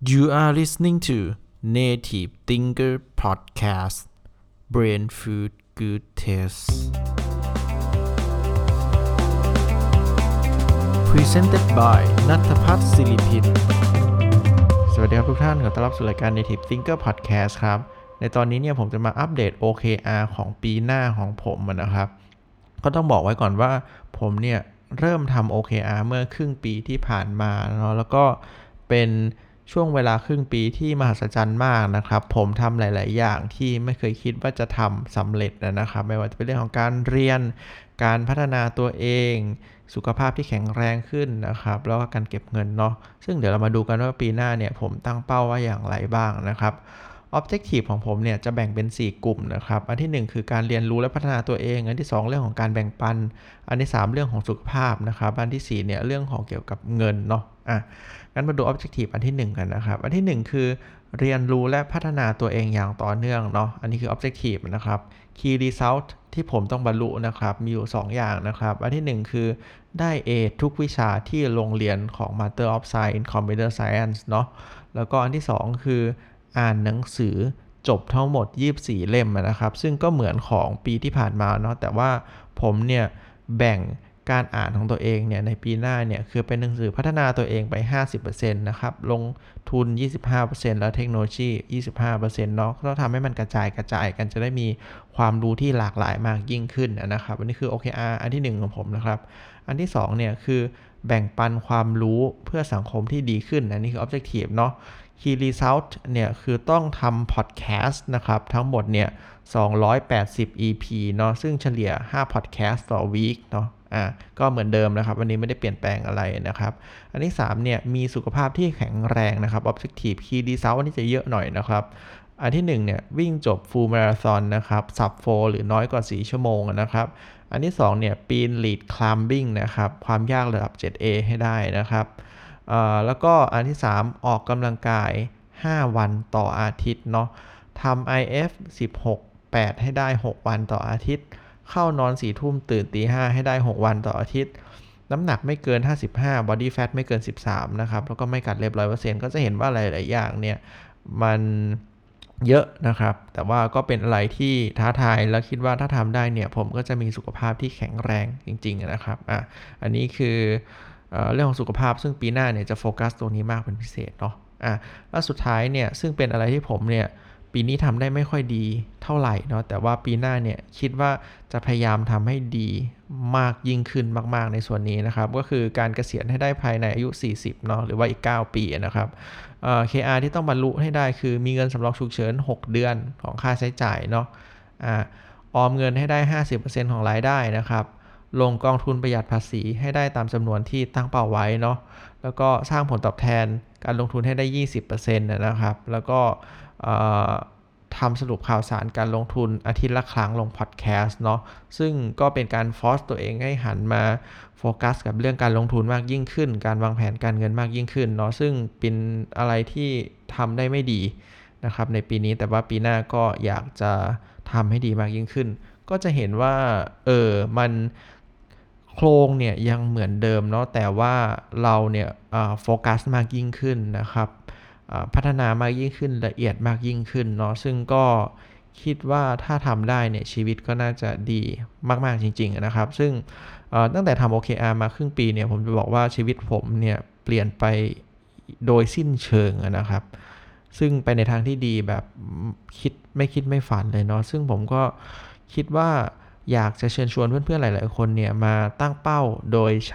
You are listening to Native Thinker Podcast Brain Food Good Taste Presented by ณัฐพัฒน์ ศิริพินสวัสดีครับทุกท่านขอต้อนรับสู่รายการ Native Thinker Podcast ครับในตอนนี้เนี่ยผมจะมาอัปเดต OKR ของปีหน้าของผมนะครับก็ต้องบอกไว้ก่อนว่าผมเนี่ยเริ่มทำ OKR เมื่อครึ่งปีที่ผ่านมาเนาะแล้วก็เป็นช่วงเวลาครึ่งปีที่มหัศจรรย์มากนะครับผมทำหลายๆอย่างที่ไม่เคยคิดว่าจะทำสำเร็จนะครับไม่ว่าจะเป็นเรื่องของการเรียนการพัฒนาตัวเองสุขภาพที่แข็งแรงขึ้นนะครับแล้วก็การเก็บเงินเนาะซึ่งเดี๋ยวเรามาดูกันว่าปีหน้าเนี่ยผมตั้งเป้าว่าอย่างไรบ้างนะครับObjective ของผมเนี่ยจะแบ่งเป็น4กลุ่มนะครับอันที่1คือการเรียนรู้และพัฒนาตัวเองอันที่2เรื่องของการแบ่งปันอันที่3เรื่องของสุขภาพนะครับอันที่4เนี่ยเรื่องของเกี่ยวกับเงินเนาะงั้นมาดู Objective อันที่1กันนะครับอันที่1คือเรียนรู้และพัฒนาตัวเองอย่างต่อเนื่องเนาะอันนี้คือ Objective นะครับ Key Result ที่ผมต้องบรรลุนะครับมีอยู่2อย่างนะครับอันที่1คือได้ A ทุกวิชาที่โรงเรียนของ Master of Science in Computer Science เนาะแล้วก็อันที่2คืออ่านหนังสือจบทั้งหมด24เล่มนะครับซึ่งก็เหมือนของปีที่ผ่านมาเนาะแต่ว่าผมเนี่ยแบ่งการอ่านของตัวเองเนี่ยในปีหน้าเนี่ยคือเป็นหนังสือพัฒนาตัวเองไป 50% นะครับลงทุน 25% แล้วเทคโนโลยี 25% เนาะต้องทำให้มันกระจายกันจะได้มีความรู้ที่หลากหลายมากยิ่งขึ้นนะครับอันนี้คือ OKR อันที่1ของผมนะครับอันที่2เนี่ยคือแบ่งปันความรู้เพื่อสังคมที่ดีขึ้นอันนี้คือ Objective เนาะKey Result เนี่ยคือต้องทำ podcast นะครับทั้งหมดเนี่ย280 EP เนาะซึ่งเฉลี่ย5 podcast ต่อ week เนาะก็เหมือนเดิมนะครับวันนี้ไม่ได้เปลี่ยนแปลงอะไรนะครับอันที่3เนี่ยมีสุขภาพที่แข็งแรงนะครับ Objective Key Result อันนี้จะเยอะหน่อยนะครับอันที่1เนี่ยวิ่งจบ Full Marathon นะครับsub 4หรือน้อยกว่า4ชั่วโมงนะครับอันที่2เนี่ยปีน Lead Climbing นะครับความยากระดับ 7A ให้ได้นะครับแล้วก็อันที่3ออกกำลังกาย5วันต่ออาทิตย์เนาะทำ IF 16-8ให้ได้6วันต่ออาทิตย์เข้านอน4ทุ่มตื่นตี5ให้ได้6วันต่ออาทิตย์น้ำหนักไม่เกิน55 body fat ไม่เกิน13นะครับแล้วก็ไม่กัดเล็บ 100% ก็จะเห็นว่าหลายๆอย่างเนี่ยมันเยอะนะครับแต่ว่าก็เป็นอะไรที่ท้าทายแล้วคิดว่าถ้าทำได้เนี่ยผมก็จะมีสุขภาพที่แข็งแรงจริงๆนะครับอันนี้คือเรื่องของสุขภาพซึ่งปีหน้าเนี่ยจะโฟกัสตรงนี้มากเป็นพิเศษเนาะแล้วสุดท้ายเนี่ยซึ่งเป็นอะไรที่ผมเนี่ยปีนี้ทำได้ไม่ค่อยดีเท่าไหร่เนาะแต่ว่าปีหน้าเนี่ยคิดว่าจะพยายามทำให้ดีมากยิ่งขึ้นมากๆในส่วนนี้นะครับก็คือการเกษียณให้ได้ภายในอายุ40เนาะหรือว่าอีก9ปีนะครับKR ที่ต้องบรรลุให้ได้คือมีเงินสำรองฉุกเฉิน6เดือนของค่าใช้จ่ายเนาะออมเงินให้ได้ 50% ของรายได้นะครับลงกองทุนประหยัดภาษีให้ได้ตามจำนวนที่ตั้งเป้าไว้เนาะแล้วก็สร้างผลตอบแทนการลงทุนให้ได้ 20% นะครับแล้วก็ทำสรุปข่าวสารการลงทุนอาทิตย์ละครั้งลงพอดแคสต์เนาะซึ่งก็เป็นการฟอร์สตัวเองให้หันมาโฟกัสกับเรื่องการลงทุนมากยิ่งขึ้นการวางแผนการเงินมากยิ่งขึ้นเนาะซึ่งเป็นอะไรที่ทำได้ไม่ดีนะครับในปีนี้แต่ว่าปีหน้าก็อยากจะทำให้ดีมากยิ่งขึ้นก็จะเห็นว่ามันโครงเนี่ยยังเหมือนเดิมเนาะแต่ว่าเราเนี่ยโฟกัสมากยิ่งขึ้นนะครับพัฒนามากยิ่งขึ้นละเอียดมากยิ่งขึ้นเนาะซึ่งก็คิดว่าถ้าทำได้เนี่ยชีวิตก็น่าจะดีมากๆจริงๆนะครับซึ่งตั้งแต่ทำ OKR มาครึ่งปีเนี่ยผมจะบอกว่าชีวิตผมเนี่ยเปลี่ยนไปโดยสิ้นเชิงนะครับซึ่งไปในทางที่ดีแบบไม่คิดไม่ฝันเลยเนาะซึ่งผมก็คิดว่าอยากจะเชิญชวนเพื่อนๆหลายๆคนเนี่ยมาตั้งเป้าโดยใช้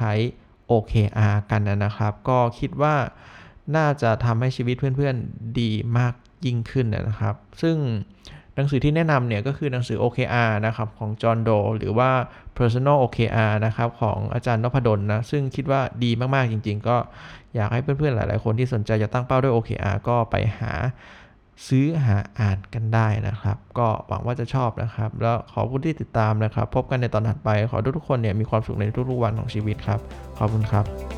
OKR กันนะครับก็คิดว่าน่าจะทำให้ชีวิตเพื่อนๆดีมากยิ่งขึ้นนะครับซึ่งหนังสือที่แนะนำเนี่ยก็คือหนังสือ OKR นะครับของจอห์นโดหรือว่า Personal OKR นะครับของอาจารย์นพดลนะซึ่งคิดว่าดีมากๆจริงๆก็อยากให้เพื่อนๆหลายๆคนที่สนใจจะตั้งเป้าด้วย OKR ก็ไปซื้อหาอ่านกันได้นะครับก็หวังว่าจะชอบนะครับแล้วขอบคุณที่ติดตามนะครับพบกันในตอนถัดไปขอทุกคนเนี่ยมีความสุขในทุกๆวันของชีวิตครับขอบคุณครับ